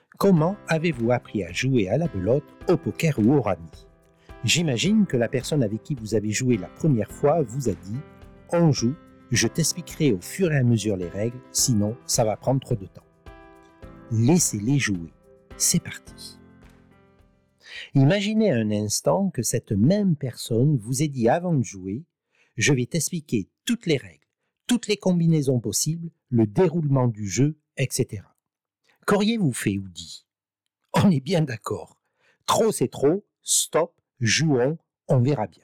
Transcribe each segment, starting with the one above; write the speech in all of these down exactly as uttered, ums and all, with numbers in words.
Comment avez-vous appris à jouer à la belote, au poker ou au rami? J'imagine que la personne avec qui vous avez joué la première fois vous a dit « On joue, je t'expliquerai au fur et à mesure les règles, sinon ça va prendre trop de temps. » Laissez-les jouer. C'est parti. Imaginez un instant que cette même personne vous ait dit avant de jouer « Je vais t'expliquer toutes les règles, toutes les combinaisons possibles, le déroulement du jeu, et cetera » Qu'auriez-vous fait ou dit? On est bien d'accord. Trop c'est trop, stop, jouons, on verra bien.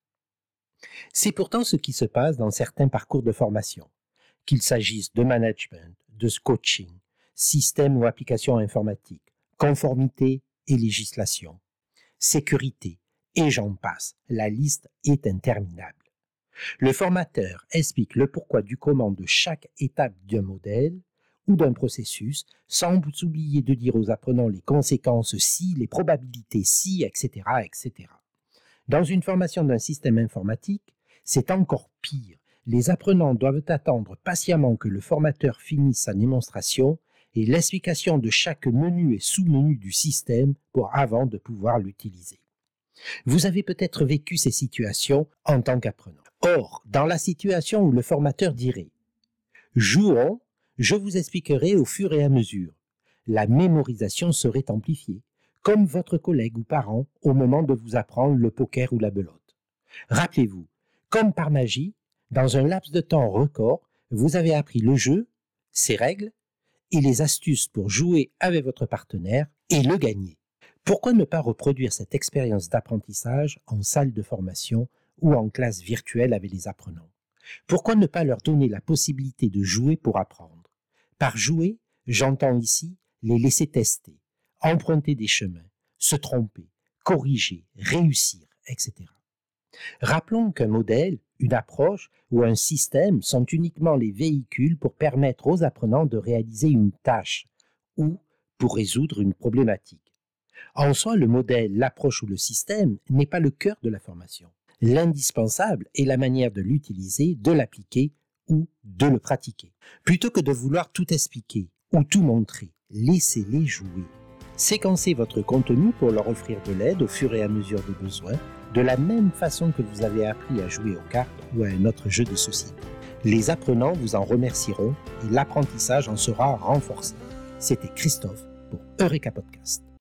C'est pourtant ce qui se passe dans certains parcours de formation, qu'il s'agisse de management, de coaching, système ou application informatique, conformité et législation, sécurité, et j'en passe, la liste est interminable. Le formateur explique le pourquoi du comment de chaque étape d'un modèle ou d'un processus, sans vous oublier de dire aux apprenants les conséquences si, les probabilités si, et cetera, et cetera. Dans une formation d'un système informatique, c'est encore pire. Les apprenants doivent attendre patiemment que le formateur finisse sa démonstration et l'explication de chaque menu et sous-menu du système pour avant de pouvoir l'utiliser. Vous avez peut-être vécu ces situations en tant qu'apprenant. Or, dans la situation où le formateur dirait « Jouons, je vous expliquerai au fur et à mesure », la mémorisation serait amplifiée, comme votre collègue ou parent au moment de vous apprendre le poker ou la belote. Rappelez-vous, comme par magie, dans un laps de temps record, vous avez appris le jeu, ses règles et les astuces pour jouer avec votre partenaire et le gagner. Pourquoi ne pas reproduire cette expérience d'apprentissage en salle de formation ou en classe virtuelle avec les apprenants? Pourquoi ne pas leur donner la possibilité de jouer pour apprendre? Par jouer, j'entends ici les laisser tester, emprunter des chemins, se tromper, corriger, réussir, et cetera. Rappelons qu'un modèle, une approche ou un système sont uniquement les véhicules pour permettre aux apprenants de réaliser une tâche ou pour résoudre une problématique. En soi, le modèle, l'approche ou le système n'est pas le cœur de la formation. L'indispensable est la manière de l'utiliser, de l'appliquer ou de le pratiquer. Plutôt que de vouloir tout expliquer ou tout montrer, laissez-les jouer. Séquencez votre contenu pour leur offrir de l'aide au fur et à mesure des besoins, de la même façon que vous avez appris à jouer aux cartes ou à un autre jeu de société. Les apprenants vous en remercieront et l'apprentissage en sera renforcé. C'était Christophe pour Eureka Podcast.